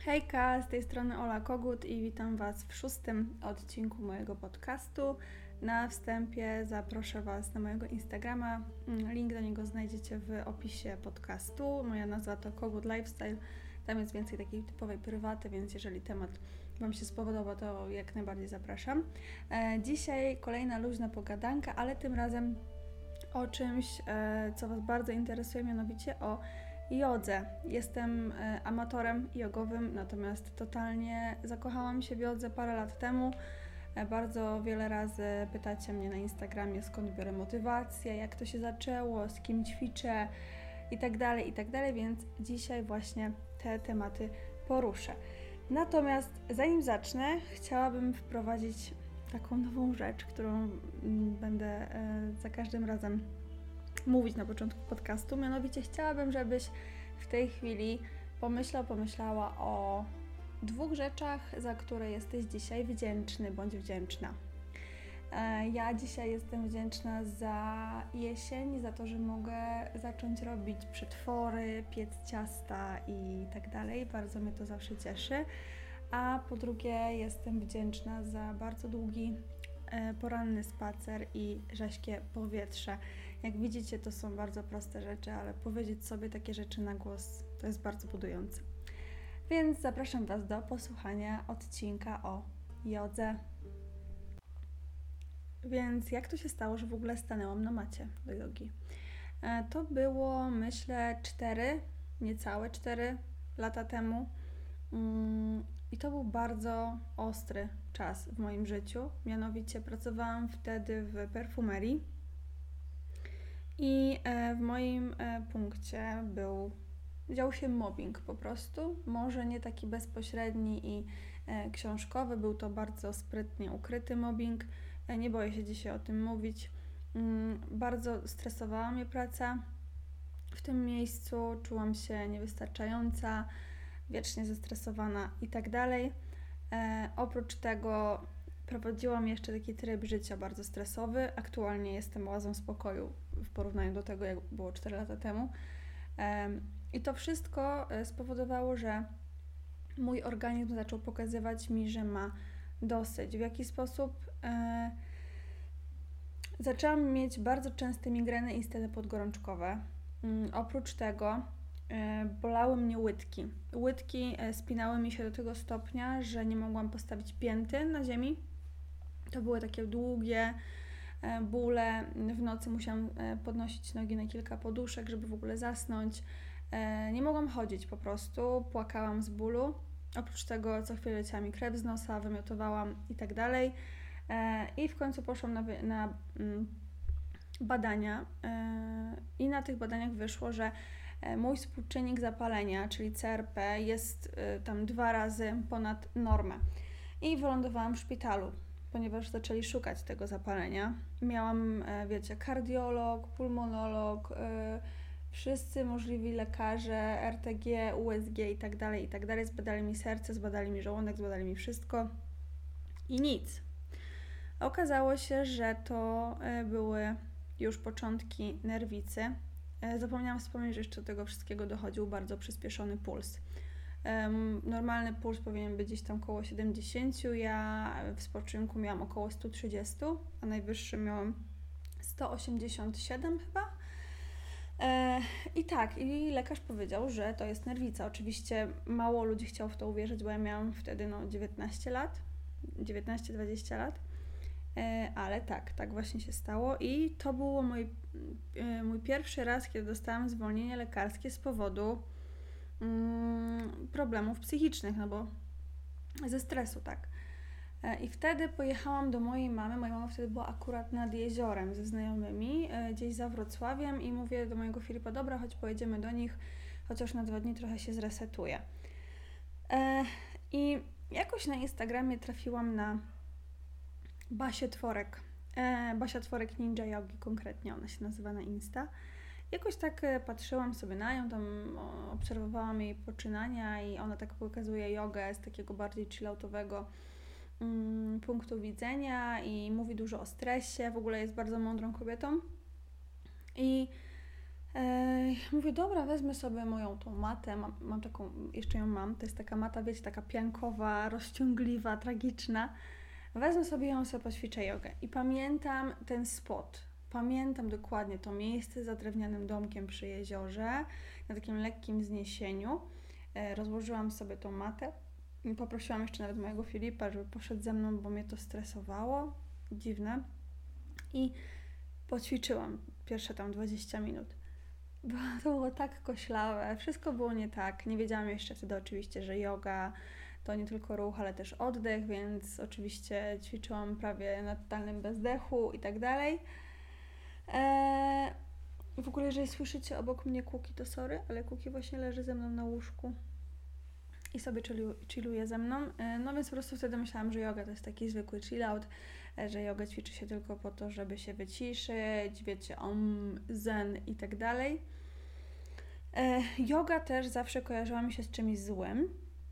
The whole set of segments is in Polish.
Hejka, z tej strony Ola Kogut i witam Was w 6. odcinku mojego podcastu. Na wstępie zaproszę Was na mojego Instagrama. Link do niego znajdziecie w opisie podcastu. Moja nazwa to Kogut Lifestyle. Tam jest więcej takiej typowej prywaty, więc jeżeli temat Wam się spodoba, to jak najbardziej zapraszam. Dzisiaj kolejna luźna pogadanka, ale tym razem o czymś, co Was bardzo interesuje, mianowicie o jodze. Jestem amatorem jogowym, natomiast totalnie zakochałam się w jodze parę lat temu. Bardzo wiele razy pytacie mnie na Instagramie, skąd biorę motywację, jak to się zaczęło, z kim ćwiczę itd., więc dzisiaj właśnie te tematy poruszę. Natomiast zanim zacznę, chciałabym wprowadzić taką nową rzecz, którą będę za każdym razem mówić na początku podcastu. Mianowicie chciałabym, żebyś w tej chwili pomyślała o 2 rzeczach, za które jesteś dzisiaj wdzięczny bądź wdzięczna. Ja dzisiaj jestem wdzięczna za jesień, za to, że mogę zacząć robić przetwory, piec ciasta i tak dalej. Bardzo mnie to zawsze cieszy. A po drugie jestem wdzięczna za bardzo długi poranny spacer i rześkie powietrze. Jak widzicie, to są bardzo proste rzeczy, ale powiedzieć sobie takie rzeczy na głos to jest bardzo budujące. Więc zapraszam Was do posłuchania odcinka o jodze. Więc jak to się stało, że w ogóle stanęłam na macie do jogi? To było, myślę, niecałe 4 lata temu. I to był bardzo ostry czas w moim życiu. Mianowicie pracowałam wtedy w perfumerii i w moim punkcie dział się mobbing po prostu. Może nie taki bezpośredni i książkowy, był to bardzo sprytnie ukryty mobbing. Nie boję się dzisiaj o tym mówić. Bardzo stresowała mnie praca w tym miejscu, czułam się niewystarczająca, wiecznie zestresowana i tak dalej. Oprócz tego prowadziłam jeszcze taki tryb życia bardzo stresowy. Aktualnie jestem oazą spokoju w porównaniu do tego, jak było 4 lata temu. I to wszystko spowodowało, że mój organizm zaczął pokazywać mi, że ma dosyć. W jaki sposób? Zaczęłam mieć bardzo częste migreny i stany podgorączkowe. Oprócz tego bolały mnie łydki. Łydki spinały mi się do tego stopnia, że nie mogłam postawić pięty na ziemi. To były takie długie bóle. W nocy musiałam podnosić nogi na kilka poduszek, żeby w ogóle zasnąć. Nie mogłam chodzić po prostu, płakałam z bólu. Oprócz tego co chwilę leciała mi krew z nosa, wymiotowałam i tak dalej. I w końcu poszłam na badania i na tych badaniach wyszło, że mój współczynnik zapalenia, czyli CRP, jest tam 2 razy ponad normę. I wylądowałam w szpitalu, ponieważ zaczęli szukać tego zapalenia. Miałam, kardiolog, pulmonolog, wszyscy możliwi lekarze, RTG, USG i tak dalej. Zbadali mi serce, zbadali mi żołądek, zbadali mi wszystko i nic. Okazało się, że to były już początki nerwicy. Zapomniałam wspomnieć, że jeszcze do tego wszystkiego dochodził bardzo przyspieszony puls. Normalny puls powinien być gdzieś tam około 70, ja w spoczynku miałam około 130, a najwyższy miałam 187 chyba. I lekarz powiedział, że to jest nerwica. Oczywiście mało ludzi chciało w to uwierzyć, bo ja miałam wtedy 19-20 lat. Ale tak właśnie się stało i to było mój pierwszy raz, kiedy dostałam zwolnienie lekarskie z powodu problemów psychicznych, bo ze stresu, tak. I wtedy pojechałam do mojej mamy. Moja mama wtedy była akurat nad jeziorem ze znajomymi, gdzieś za Wrocławiem i mówię do mojego Filipa, dobra, chodź pojedziemy do nich, chociaż na 2 dni trochę się zresetuję. I jakoś na Instagramie trafiłam na Basię Tworek. Basia Tworek Ninja Yogi konkretnie, ona się nazywa na Insta. Jakoś tak patrzyłam sobie na nią, tam obserwowałam jej poczynania i ona tak pokazuje jogę z takiego bardziej chilloutowego punktu widzenia i mówi dużo o stresie, w ogóle jest bardzo mądrą kobietą. I Mówię, dobra, wezmę sobie moją tą matę, mam taką, jeszcze ją mam, to jest taka mata, wiecie, taka piankowa, rozciągliwa, tragiczna. Wezmę sobie ją, sobie poćwiczę jogę. I pamiętam ten spot, pamiętam dokładnie to miejsce za drewnianym domkiem przy jeziorze, na takim lekkim wzniesieniu. Rozłożyłam sobie tą matę i poprosiłam jeszcze nawet mojego Filipa, żeby poszedł ze mną, bo mnie to stresowało, dziwne. I poćwiczyłam pierwsze tam 20 minut. Bo to było tak koślawe, wszystko było nie tak. Nie wiedziałam jeszcze wtedy oczywiście, że joga to nie tylko ruch, ale też oddech, więc oczywiście ćwiczyłam prawie na totalnym bezdechu i tak dalej. W ogóle, jeżeli słyszycie obok mnie Kuki, to sorry, ale Kuki właśnie leży ze mną na łóżku i sobie chilluje ze mną. No więc po prostu wtedy myślałam, że joga to jest taki zwykły chill out, że joga ćwiczy się tylko po to, żeby się wyciszyć, wiecie, zen i tak dalej. Joga też zawsze kojarzyła mi się z czymś złym,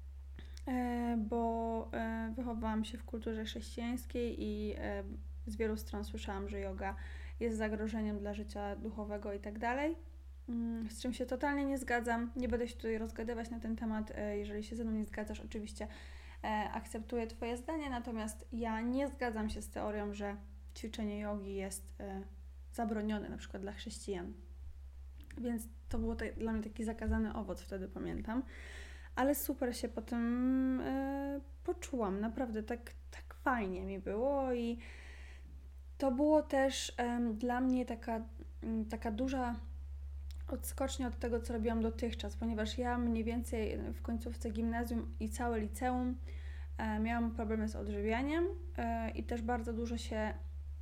bo wychowałam się w kulturze chrześcijańskiej i z wielu stron słyszałam, że joga jest zagrożeniem dla życia duchowego i tak dalej. Z czym się totalnie nie zgadzam. Nie będę się tutaj rozgadywać na ten temat. Jeżeli się ze mną nie zgadzasz, oczywiście akceptuję Twoje zdanie, natomiast ja nie zgadzam się z teorią, że ćwiczenie jogi jest zabronione na przykład dla chrześcijan. Więc to było dla mnie taki zakazany owoc, wtedy pamiętam. Ale super się potem poczułam. Naprawdę tak fajnie mi było i to było też dla mnie taka duża odskocznia od tego, co robiłam dotychczas, ponieważ ja mniej więcej w końcówce gimnazjum i całe liceum miałam problemy z odżywianiem i też bardzo dużo się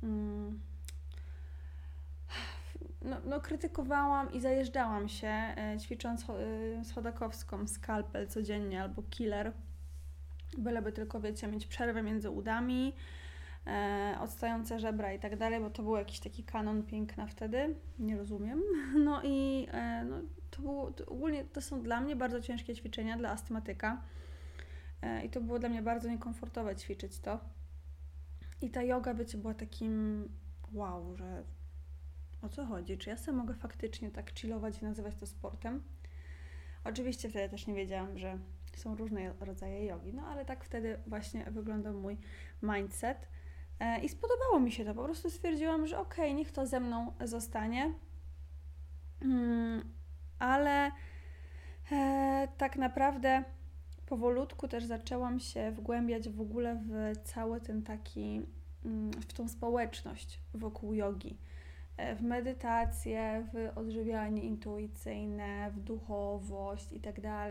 krytykowałam i zajeżdżałam się, ćwicząc schodakowską, skalpel codziennie albo killer, byleby tylko, wiecie, mieć przerwę między udami, odstające żebra i tak dalej, bo to był jakiś taki kanon piękna wtedy, nie rozumiem. No i ogólnie to są dla mnie bardzo ciężkie ćwiczenia dla astmatyka i to było dla mnie bardzo niekomfortowe ćwiczyć to. I ta joga, wiecie, była takim wow, że o co chodzi? Czy ja sobie mogę faktycznie tak chillować i nazywać to sportem? Oczywiście wtedy też nie wiedziałam, że są różne rodzaje jogi, no ale tak wtedy właśnie wyglądał mój mindset i spodobało mi się to. Po prostu stwierdziłam, że okej, niech to ze mną zostanie, ale tak naprawdę powolutku też zaczęłam się wgłębiać w ogóle w cały ten taki, w tą społeczność wokół jogi. W medytację, w odżywianie intuicyjne, w duchowość itd.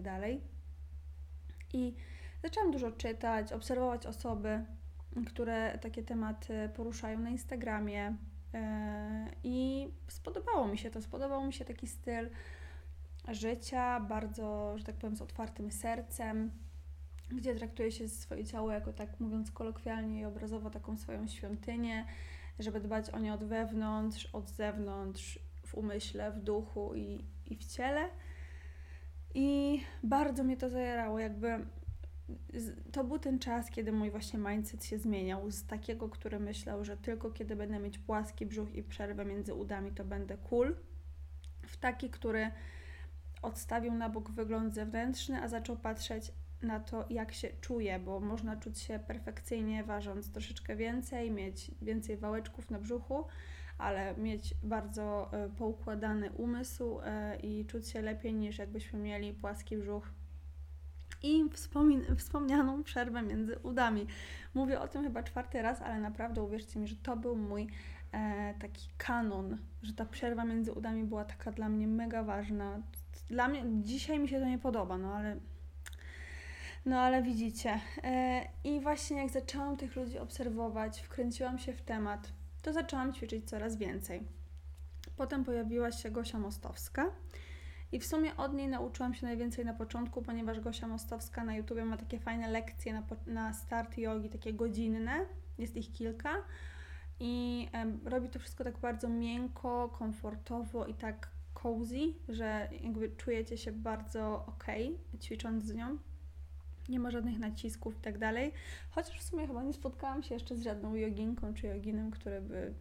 I zaczęłam dużo czytać, obserwować osoby, które takie tematy poruszają na Instagramie i spodobał mi się taki styl życia, bardzo, że tak powiem, z otwartym sercem, gdzie traktuje się swoje ciało jako, tak mówiąc kolokwialnie i obrazowo, taką swoją świątynię, żeby dbać o nie od wewnątrz, od zewnątrz, w umyśle, w duchu i w ciele. I bardzo mnie to zajarało, jakby to był ten czas, kiedy mój właśnie mindset się zmieniał z takiego, który myślał, że tylko kiedy będę mieć płaski brzuch i przerwę między udami, to będę cool, w taki, który odstawił na bok wygląd zewnętrzny, a zaczął patrzeć na to, jak się czuję, bo można czuć się perfekcyjnie, ważąc troszeczkę więcej, mieć więcej wałeczków na brzuchu, ale mieć bardzo poukładany umysł i czuć się lepiej, niż jakbyśmy mieli płaski brzuch i wspomnianą przerwę między udami. Mówię o tym chyba 4. raz, ale naprawdę uwierzcie mi, że to był mój taki kanon, że ta przerwa między udami była taka dla mnie mega ważna. Dla mnie, dzisiaj mi się to nie podoba, no ale widzicie. I właśnie jak zaczęłam tych ludzi obserwować, wkręciłam się w temat, to zaczęłam ćwiczyć coraz więcej. Potem pojawiła się Gosia Mostowska i w sumie od niej nauczyłam się najwięcej na początku, ponieważ Gosia Mostowska na YouTubie ma takie fajne lekcje na start jogi, takie godzinne, jest ich kilka i robi to wszystko tak bardzo miękko, komfortowo i tak cozy, że jakby czujecie się bardzo okej, ćwicząc z nią. Nie ma żadnych nacisków i tak dalej. Chociaż w sumie chyba nie spotkałam się jeszcze z żadną joginką czy joginem, który by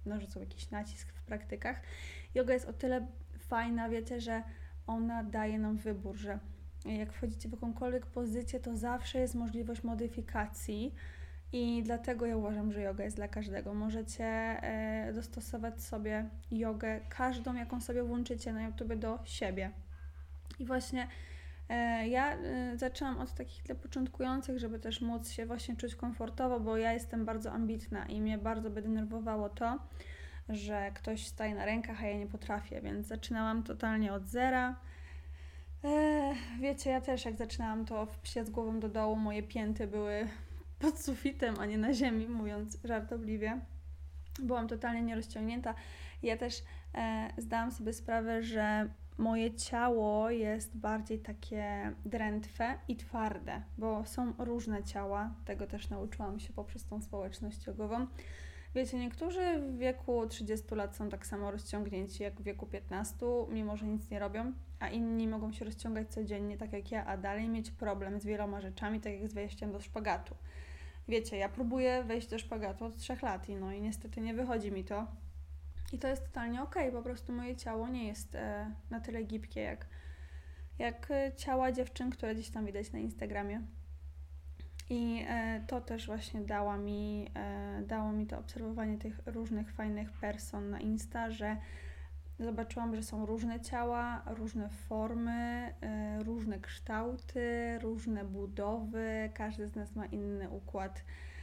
narzucał jakiś nacisk w praktykach. Joga jest o tyle fajna, wiecie, że ona daje nam wybór, że jak wchodzicie w jakąkolwiek pozycję, to zawsze jest możliwość modyfikacji i dlatego ja uważam, że joga jest dla każdego. Możecie dostosować sobie jogę, każdą, jaką sobie włączycie na YouTube do siebie. I właśnie ja zaczęłam od takich dla początkujących, żeby też móc się właśnie czuć komfortowo, bo ja jestem bardzo ambitna i mnie bardzo by denerwowało to, że ktoś staje na rękach, a ja nie potrafię, więc zaczynałam totalnie od zera. Wiecie, ja też jak zaczynałam to w psie z głową do dołu, moje pięty były pod sufitem, a nie na ziemi, mówiąc żartobliwie. Byłam totalnie nierozciągnięta. Ja też zdałam sobie sprawę, że moje ciało jest bardziej takie drętwe i twarde, bo są różne ciała, tego też nauczyłam się poprzez tą społeczność jogową. Wiecie, niektórzy w wieku 30 lat są tak samo rozciągnięci jak w wieku 15, mimo że nic nie robią, a inni mogą się rozciągać codziennie, tak jak ja, a dalej mieć problem z wieloma rzeczami, tak jak z wejściem do szpagatu. Wiecie, ja próbuję wejść do szpagatu od 3 lat i niestety nie wychodzi mi to. I to jest totalnie okej, po prostu moje ciało nie jest na tyle gibkie jak ciała dziewczyn, które gdzieś tam widać na Instagramie. I to też właśnie dało mi to obserwowanie tych różnych fajnych person na Insta, że zobaczyłam, że są różne ciała, różne formy, różne kształty, różne budowy, każdy z nas ma inny układ,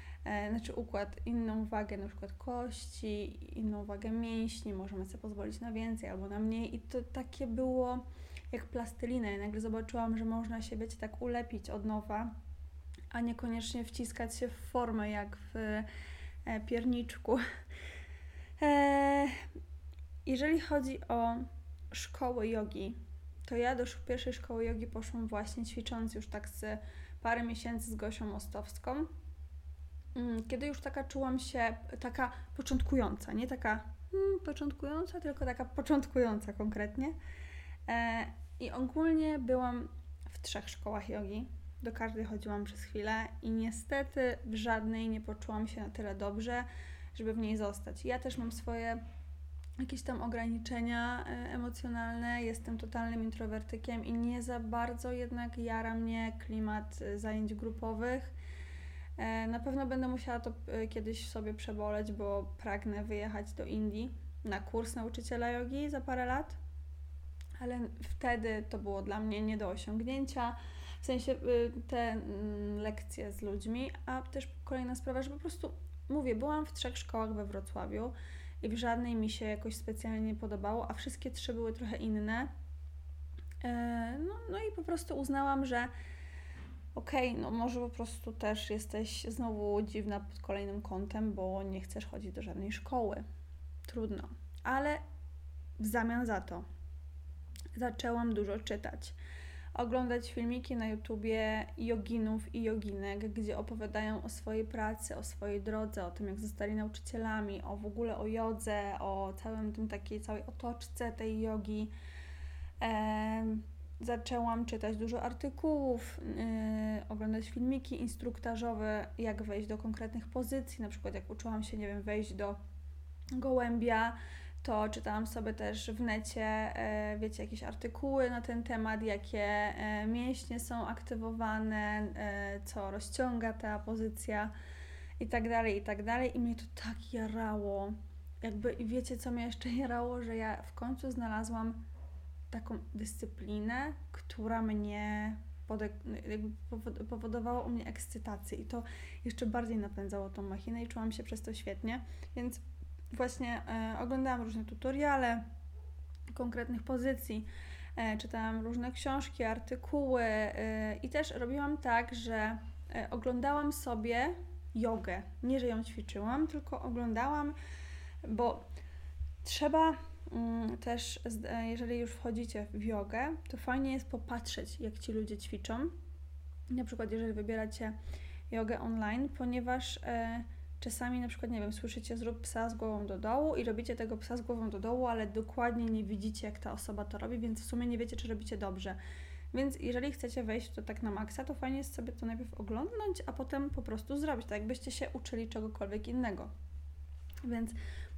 inną wagę na przykład kości, inną wagę mięśni, możemy sobie pozwolić na więcej albo na mniej i to takie było jak plastelina. Ja nagle zobaczyłam, że można się, wiecie, tak ulepić od nowa, a niekoniecznie wciskać się w formę jak w pierniczku. Jeżeli chodzi o szkołę jogi, to ja do pierwszej szkoły jogi poszłam właśnie ćwicząc już tak z parę miesięcy z Gosią Mostowską, kiedy już taka czułam się taka początkująca, nie taka początkująca, tylko taka początkująca konkretnie. I ogólnie byłam w 3 szkołach jogi. Do każdej chodziłam przez chwilę i niestety w żadnej nie poczułam się na tyle dobrze, żeby w niej zostać. Ja też mam swoje jakieś tam ograniczenia emocjonalne, jestem totalnym introwertykiem i nie za bardzo jednak jara mnie klimat zajęć grupowych. Na pewno będę musiała to kiedyś sobie przeboleć, bo pragnę wyjechać do Indii na kurs nauczyciela jogi za parę lat, ale wtedy to było dla mnie nie do osiągnięcia. W sensie te lekcje z ludźmi, a też kolejna sprawa, że po prostu, mówię, byłam w 3 szkołach we Wrocławiu i w żadnej mi się jakoś specjalnie nie podobało, a wszystkie 3 były trochę inne. No i po prostu uznałam, że może po prostu też jesteś znowu dziwna pod kolejnym kątem, bo nie chcesz chodzić do żadnej szkoły. Trudno. Ale w zamian za to zaczęłam dużo czytać. Oglądać filmiki na YouTubie joginów i joginek, gdzie opowiadają o swojej pracy, o swojej drodze, o tym, jak zostali nauczycielami, w ogóle o jodze, o całym tym całej otoczce tej jogi. Zaczęłam czytać dużo artykułów, oglądać filmiki instruktażowe, jak wejść do konkretnych pozycji, na przykład jak uczyłam się, wejść do gołębia, to czytałam sobie też w necie, wiecie, jakieś artykuły na ten temat, jakie mięśnie są aktywowane, co rozciąga ta pozycja i tak dalej, i tak dalej. I mnie to tak jarało. I wiecie, co mnie jeszcze jarało, że ja w końcu znalazłam taką dyscyplinę, która mnie powodowała u mnie ekscytację i to jeszcze bardziej napędzało tą machinę i czułam się przez to świetnie, więc właśnie oglądałam różne tutoriale konkretnych pozycji, czytałam różne książki, artykuły i też robiłam tak, że oglądałam sobie jogę. Nie, że ją ćwiczyłam, tylko oglądałam, bo trzeba też, jeżeli już wchodzicie w jogę, to fajnie jest popatrzeć, jak ci ludzie ćwiczą. Na przykład, jeżeli wybieracie jogę online, ponieważ czasami na przykład, słyszycie zrób psa z głową do dołu i robicie tego psa z głową do dołu, ale dokładnie nie widzicie, jak ta osoba to robi, więc w sumie nie wiecie, czy robicie dobrze. Więc jeżeli chcecie wejść w to tak na maksa, to fajnie jest sobie to najpierw oglądnąć, a potem po prostu zrobić, tak jakbyście się uczyli czegokolwiek innego. Więc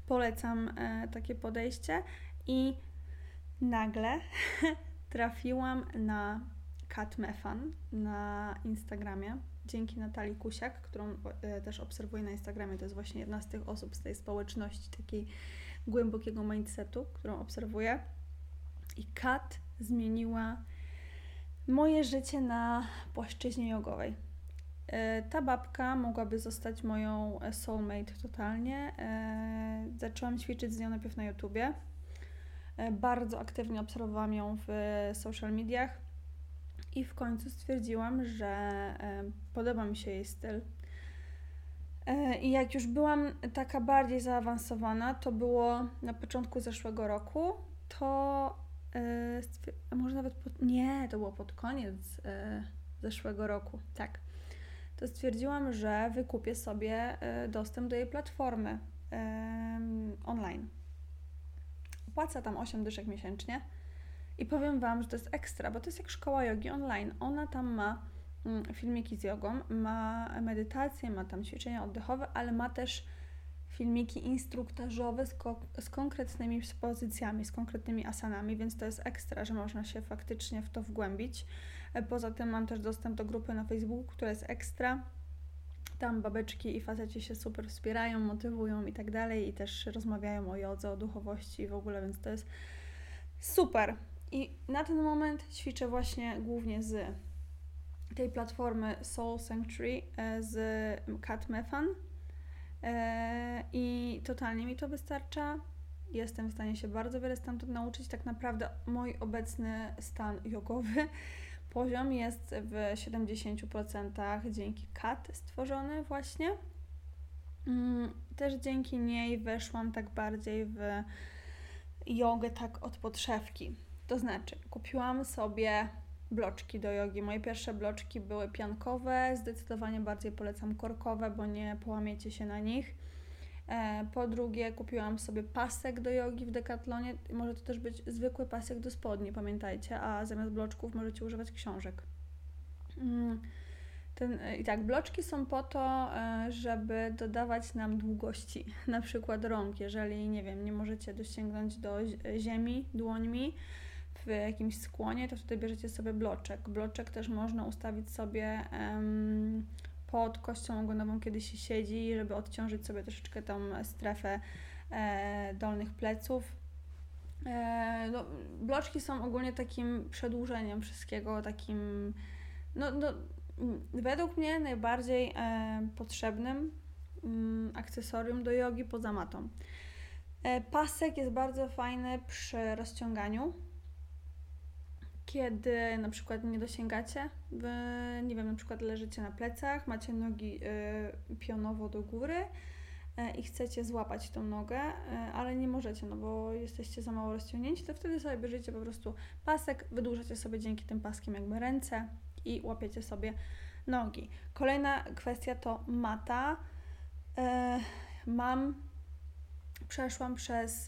Polecam takie podejście i nagle trafiłam na Kat Meffan na Instagramie dzięki Natalii Kusiak, którą też obserwuję na Instagramie. To jest właśnie jedna z tych osób z tej społeczności takiej głębokiego mindsetu, którą obserwuję. I Kat zmieniła moje życie na płaszczyźnie jogowej. Ta babka mogłaby zostać moją soulmate totalnie. Zaczęłam ćwiczyć z nią najpierw na YouTubie. Bardzo aktywnie obserwowałam ją w social mediach i w końcu stwierdziłam, że podoba mi się jej styl. I jak już byłam taka bardziej zaawansowana, to było na początku zeszłego roku, to może nawet to było pod koniec zeszłego roku, tak. To stwierdziłam, że wykupię sobie dostęp do jej platformy online. Płacę tam 8 dyszek miesięcznie i powiem Wam, że to jest ekstra, bo to jest jak szkoła jogi online. Ona tam ma filmiki z jogą, ma medytację, ma tam ćwiczenia oddechowe, ale ma też filmiki instruktażowe z konkretnymi pozycjami, z konkretnymi asanami, więc to jest ekstra, że można się faktycznie w to wgłębić. Poza tym mam też dostęp do grupy na Facebooku, która jest ekstra. Tam babeczki i faceci się super wspierają, motywują i tak dalej i też rozmawiają o jodze, o duchowości i w ogóle, więc to jest super. I na ten moment ćwiczę właśnie głównie z tej platformy Soul Sanctuary z Kat Meffan i totalnie mi to wystarcza. Jestem w stanie się bardzo wiele stamtąd nauczyć. Tak naprawdę mój obecny stan jogowy poziom jest w 70% dzięki Kat stworzony właśnie. Też dzięki niej weszłam tak bardziej w jogę tak od podszewki. To znaczy, kupiłam sobie bloczki do jogi. Moje pierwsze bloczki były piankowe, zdecydowanie bardziej polecam korkowe, bo nie połamiecie się na nich. Po drugie, kupiłam sobie pasek do jogi w Decathlonie. Może to też być zwykły pasek do spodni, pamiętajcie, a zamiast bloczków możecie używać książek. I tak, bloczki są po to, żeby dodawać nam długości, na przykład rąk. Jeżeli, nie wiem, nie możecie dosięgnąć do ziemi dłońmi w jakimś skłonie, to wtedy bierzecie sobie bloczek. Bloczek też można ustawić sobie pod kością ogonową, kiedy się siedzi, żeby odciążyć sobie troszeczkę tą strefę dolnych pleców. Bloczki są ogólnie takim przedłużeniem wszystkiego, takim według mnie najbardziej potrzebnym akcesorium do jogi poza matą. Pasek jest bardzo fajny przy rozciąganiu, kiedy na przykład nie dosięgacie, nie wiem, na przykład leżycie na plecach, macie nogi pionowo do góry i chcecie złapać tą nogę, ale nie możecie, no bo jesteście za mało rozciągnięci, to wtedy sobie bierzecie po prostu pasek, wydłużacie sobie dzięki tym paskiem jakby ręce i łapiecie sobie nogi. Kolejna kwestia to mata. Przeszłam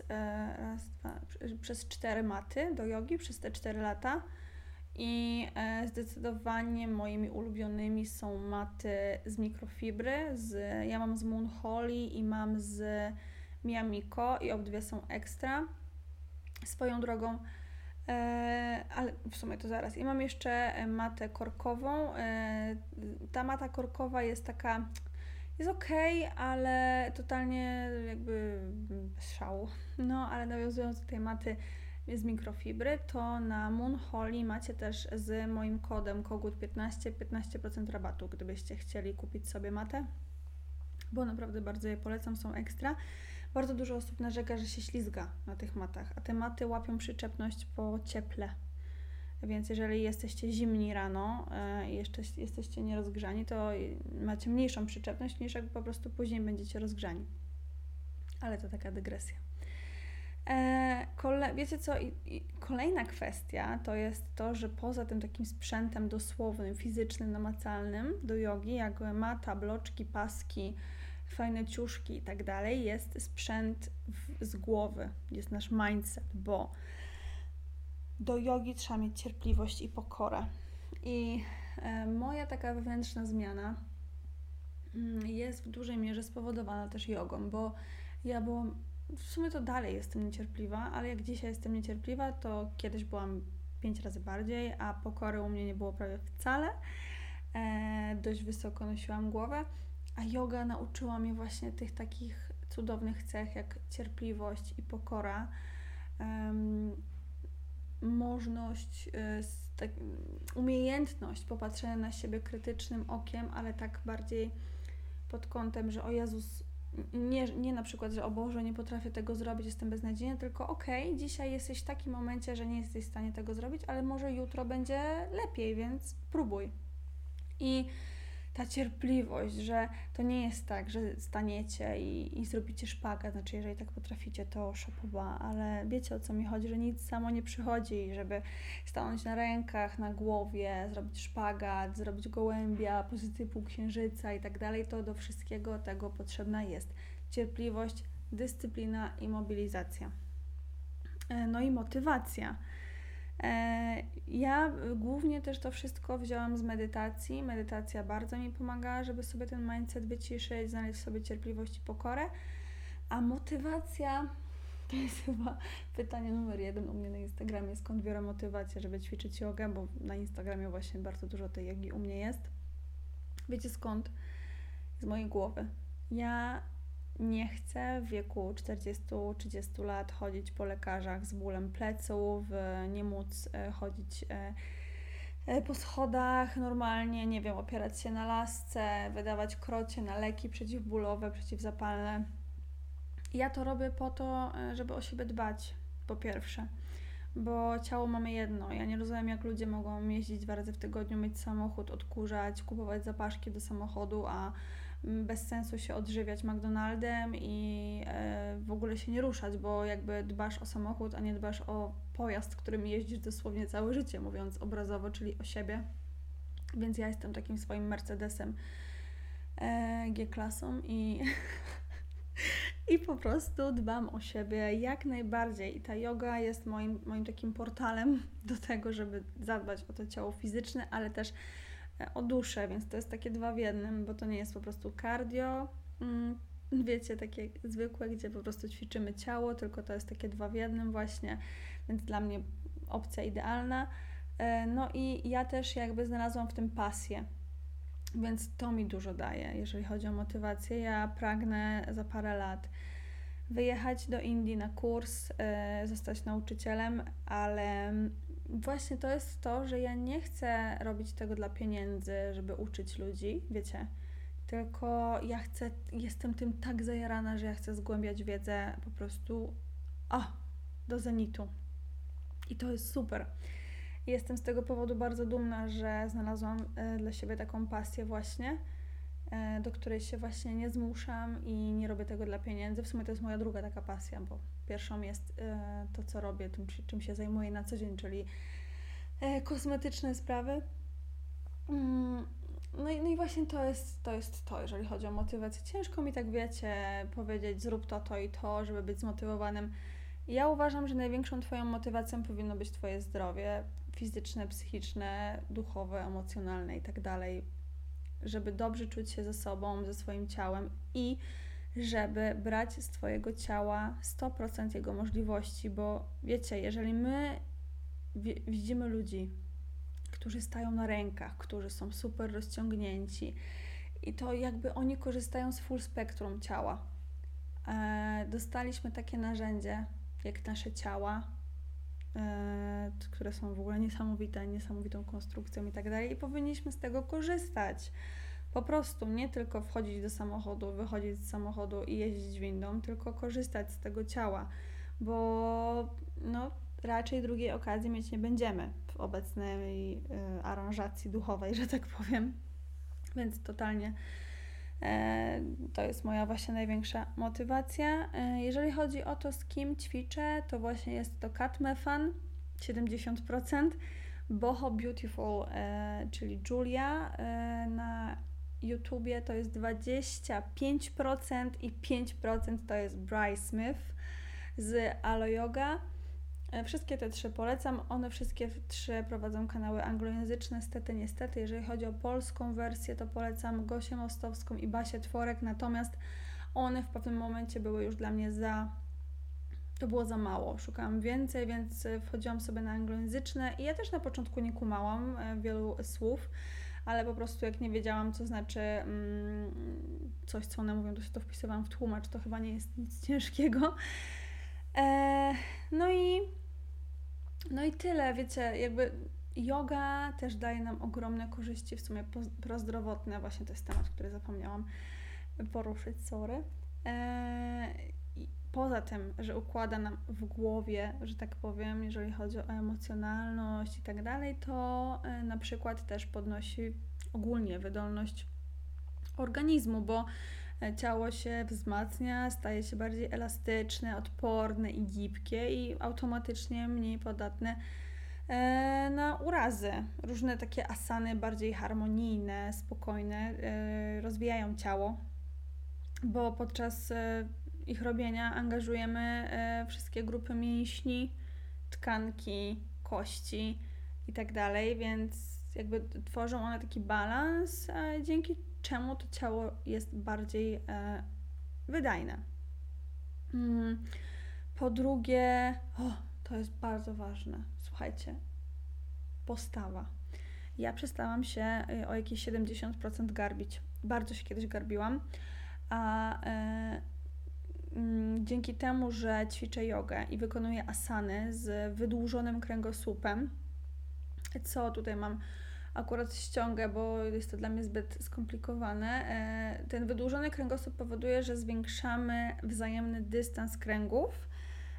przez 4 maty do jogi przez te 4 lata i zdecydowanie moimi ulubionymi są maty z mikrofibry. Ja mam z Moon Holly i mam z Miyamiko i obydwie są ekstra. Swoją drogą, ale w sumie to zaraz. I mam jeszcze matę korkową. Ta mata korkowa jest taka... Jest okej, ale totalnie jakby bez szału. No, ale nawiązując do tej maty z mikrofibry, to na Moon Holly macie też z moim kodem KOGUT15 15% rabatu, gdybyście chcieli kupić sobie matę, bo naprawdę bardzo je polecam, są ekstra. Bardzo dużo osób narzeka, że się ślizga na tych matach, a te maty łapią przyczepność po cieple. Więc jeżeli jesteście zimni rano i jeszcze jesteście nierozgrzani, to macie mniejszą przyczepność niż jak po prostu później będziecie rozgrzani. Ale to taka dygresja. Wiecie co? Kolejna kwestia to jest to, że poza tym takim sprzętem dosłownym, fizycznym, namacalnym do jogi, jak mata, bloczki, paski, fajne ciuszki i tak dalej, jest sprzęt z głowy, jest nasz mindset, bo do jogi trzeba mieć cierpliwość i pokorę. I moja taka wewnętrzna zmiana jest w dużej mierze spowodowana też jogą, bo ja byłam w sumie to dalej jestem niecierpliwa, ale jak dzisiaj jestem niecierpliwa, to kiedyś byłam 5 razy bardziej, a pokory u mnie nie było prawie wcale. Dość wysoko nosiłam głowę, a yoga nauczyła mnie właśnie tych takich cudownych cech jak cierpliwość i pokora, możność, umiejętność popatrzenia na siebie krytycznym okiem, ale tak bardziej pod kątem, że o Jezus, nie na przykład, że o Boże, nie potrafię tego zrobić, jestem beznadziejna, tylko okej, dzisiaj jesteś w takim momencie, że nie jesteś w stanie tego zrobić, ale może jutro będzie lepiej, więc próbuj. I ta cierpliwość, że to nie jest tak, że staniecie i zrobicie szpagat, znaczy jeżeli tak potraficie, to szapoba, ale wiecie, o co mi chodzi, że nic samo nie przychodzi, żeby stanąć na rękach, na głowie, zrobić szpagat, zrobić gołębia, pozycję półksiężyca i tak dalej, to do wszystkiego tego potrzebna jest cierpliwość, dyscyplina i mobilizacja. No i motywacja. Ja głównie też to wszystko wzięłam z medytacji. Medytacja bardzo mi pomagała, żeby sobie ten mindset wyciszyć, znaleźć sobie cierpliwość i pokorę. A motywacja to jest chyba pytanie numer 1 u mnie na Instagramie, skąd biorę motywację, żeby ćwiczyć jogę, bo na Instagramie właśnie bardzo dużo tej jogi u mnie jest. Wiecie skąd? Z mojej głowy. Ja nie chcę w wieku 40-30 lat chodzić po lekarzach z bólem pleców, nie móc chodzić po schodach normalnie, nie wiem, opierać się na lasce, wydawać krocie na leki przeciwbólowe, przeciwzapalne. Ja to robię po to, żeby o siebie dbać, po pierwsze, bo ciało mamy jedno. Ja nie rozumiem, jak ludzie mogą jeździć 2 razy w tygodniu, mieć samochód, odkurzać, kupować zapaszki do samochodu, a bez sensu się odżywiać McDonaldem i w ogóle się nie ruszać, bo jakby dbasz o samochód, a nie dbasz o pojazd, którym jeździsz dosłownie całe życie, mówiąc obrazowo, czyli o siebie. Więc ja jestem takim swoim Mercedesem G-klasą i i po prostu dbam o siebie jak najbardziej. I ta yoga jest moim takim portalem do tego, żeby zadbać o to ciało fizyczne, ale też o duszę, więc to jest takie 2 w 1, bo to nie jest po prostu cardio, wiecie, takie zwykłe, gdzie po prostu ćwiczymy ciało, tylko to jest takie 2 w 1 właśnie, więc dla mnie opcja idealna. No i ja też jakby znalazłam w tym pasję, więc to mi dużo daje, jeżeli chodzi o motywację. Ja pragnę za parę lat wyjechać do Indii na kurs, zostać nauczycielem, ale właśnie to jest to, że ja nie chcę robić tego dla pieniędzy, żeby uczyć ludzi, wiecie, tylko jestem tym tak zajarana, że ja chcę zgłębiać wiedzę po prostu do zenitu. I to jest super. Jestem z tego powodu bardzo dumna, że znalazłam dla siebie taką pasję właśnie, do której się właśnie nie zmuszam i nie robię tego dla pieniędzy. W sumie to jest moja druga taka pasja, bo pierwszą jest to, co robię, tym, czym się zajmuję na co dzień, czyli kosmetyczne sprawy. No i właśnie to jest to, jeżeli chodzi o motywację. Ciężko mi tak, wiecie, powiedzieć, zrób to i to, żeby być zmotywowanym. Ja uważam, że największą Twoją motywacją powinno być Twoje zdrowie fizyczne, psychiczne, duchowe, emocjonalne i tak dalej, żeby dobrze czuć się ze sobą, ze swoim ciałem i żeby brać z Twojego ciała 100% jego możliwości, bo wiecie, jeżeli my widzimy ludzi, którzy stają na rękach, którzy są super rozciągnięci i to jakby oni korzystają z full spektrum ciała. Dostaliśmy takie narzędzie, jak nasze ciała, które są w ogóle niesamowitą konstrukcją i tak dalej i powinniśmy z tego korzystać. Po prostu nie tylko wchodzić do samochodu, wychodzić z samochodu i jeździć windą, tylko korzystać z tego ciała, bo raczej drugiej okazji mieć nie będziemy w obecnej aranżacji duchowej, że tak powiem. Więc totalnie to jest moja właśnie największa motywacja. Jeżeli chodzi o to, z kim ćwiczę, to właśnie jest to Kat Meffan, 70%, Boho Beautiful, czyli Julia na YouTubie to jest 25% i 5% to jest Bryce Smith z Alo Yoga. Wszystkie te 3 polecam. One wszystkie 3 prowadzą kanały anglojęzyczne, niestety. Jeżeli chodzi o polską wersję, to polecam Gosię Mostowską i Basię Tworek, natomiast one w pewnym momencie były już dla mnie za to było za mało. Szukałam więcej, więc wchodziłam sobie na anglojęzyczne i ja też na początku nie kumałam wielu słów, ale po prostu jak nie wiedziałam, co znaczy coś, co one mówią, to się to wpisywałam w tłumacz. To chyba nie jest nic ciężkiego. No i tyle, wiecie, jakby yoga też daje nam ogromne korzyści, w sumie prozdrowotne, właśnie to jest temat, który zapomniałam poruszyć, sorry. Poza tym, że układa nam w głowie, że tak powiem, jeżeli chodzi o emocjonalność i tak dalej, to na przykład też podnosi ogólnie wydolność organizmu, bo ciało się wzmacnia, staje się bardziej elastyczne, odporne i gibkie i automatycznie mniej podatne na urazy. Różne takie asany bardziej harmonijne, spokojne rozwijają ciało, bo podczas ich robienia angażujemy wszystkie grupy mięśni, tkanki, kości i tak dalej, więc jakby tworzą one taki balans, dzięki czemu to ciało jest bardziej wydajne. Po drugie, to jest bardzo ważne, słuchajcie, postawa. Ja przestałam się o jakieś 70% garbić. Bardzo się kiedyś garbiłam, a dzięki temu, że ćwiczę jogę i wykonuję asany z wydłużonym kręgosłupem, co tutaj mam akurat ściągę, bo jest to dla mnie zbyt skomplikowane. Ten wydłużony kręgosłup powoduje, że zwiększamy wzajemny dystans kręgów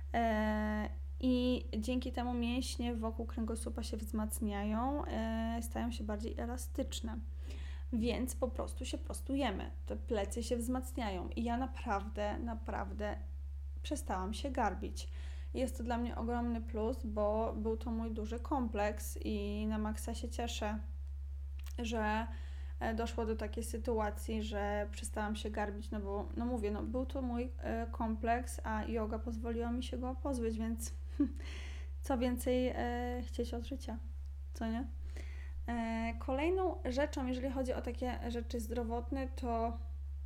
i dzięki temu mięśnie wokół kręgosłupa się wzmacniają, stają się bardziej elastyczne. Więc po prostu się prostujemy, te plecy się wzmacniają i ja naprawdę przestałam się garbić. Jest to dla mnie ogromny plus, bo był to mój duży kompleks i na maksa się cieszę, że doszło do takiej sytuacji, że przestałam się garbić, no bo, no mówię, no był to mój kompleks, a yoga pozwoliła mi się go pozbyć, więc co więcej chcieć od życia, co nie? Kolejną rzeczą, jeżeli chodzi o takie rzeczy zdrowotne, to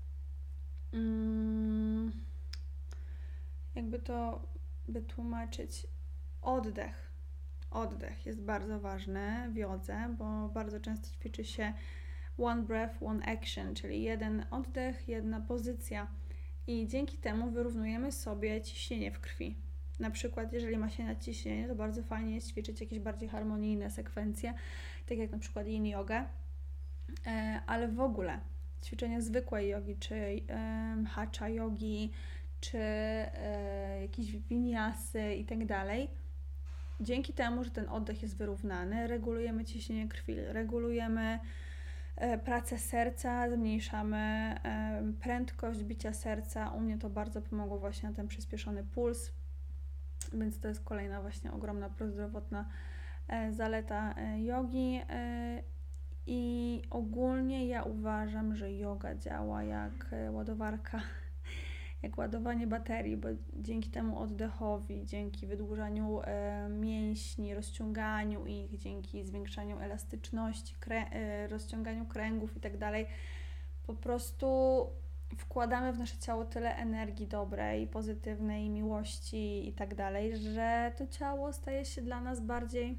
jakby to wytłumaczyć, oddech. Oddech jest bardzo ważny w jodze, bo bardzo często ćwiczy się one breath, one action, czyli jeden oddech, jedna pozycja i dzięki temu wyrównujemy sobie ciśnienie w krwi. Na przykład, jeżeli ma się nadciśnienie, to bardzo fajnie jest ćwiczyć jakieś bardziej harmonijne sekwencje, tak jak na przykład yin jogę, ale w ogóle ćwiczenie zwykłej jogi, czy hatha jogi, czy jakieś vinyasy i tak dalej, dzięki temu, że ten oddech jest wyrównany, regulujemy ciśnienie krwi, regulujemy pracę serca, zmniejszamy prędkość bicia serca. U mnie to bardzo pomogło właśnie na ten przyspieszony puls, więc to jest kolejna właśnie ogromna prozdrowotna zaleta jogi. I ogólnie ja uważam, że joga działa jak ładowarka, jak ładowanie baterii, bo dzięki temu oddechowi, dzięki wydłużaniu mięśni, rozciąganiu ich, dzięki zwiększaniu elastyczności, rozciąganiu kręgów i tak dalej, po prostu wkładamy w nasze ciało tyle energii dobrej, pozytywnej, miłości i tak dalej, że to ciało staje się dla nas bardziej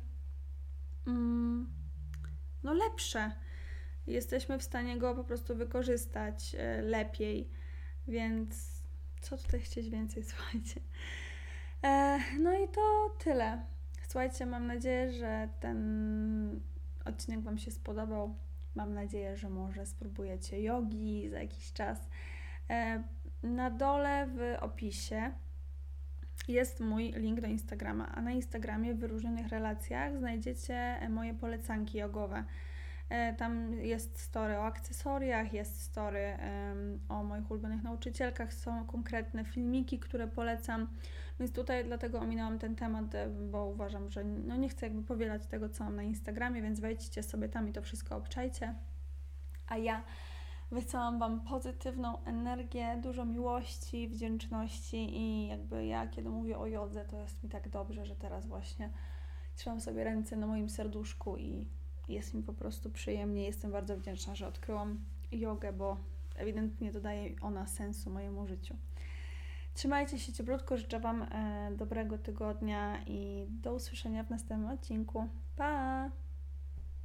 lepsze. Jesteśmy w stanie go po prostu wykorzystać lepiej, więc co tutaj chcieć więcej, słuchajcie. No i to tyle. Słuchajcie, mam nadzieję, że ten odcinek Wam się spodobał. Mam nadzieję, że może spróbujecie jogi za jakiś czas. Na dole w opisie jest mój link do Instagrama, a na Instagramie w wyróżnionych relacjach znajdziecie moje polecanki jogowe. Tam jest story o akcesoriach, jest story o moich ulubionych nauczycielkach, są konkretne filmiki, które polecam, więc tutaj dlatego ominęłam ten temat, bo uważam, że nie chcę jakby powielać tego, co mam na Instagramie, więc wejdźcie sobie tam i to wszystko obczajcie, a ja wysyłam Wam pozytywną energię, dużo miłości, wdzięczności i jakby ja, kiedy mówię o jodze, to jest mi tak dobrze, że teraz właśnie trzymam sobie ręce na moim serduszku i jest mi po prostu przyjemnie. Jestem bardzo wdzięczna, że odkryłam jogę, bo ewidentnie dodaje ona sensu mojemu życiu. Trzymajcie się cieplutko, życzę Wam dobrego tygodnia i do usłyszenia w następnym odcinku. Pa!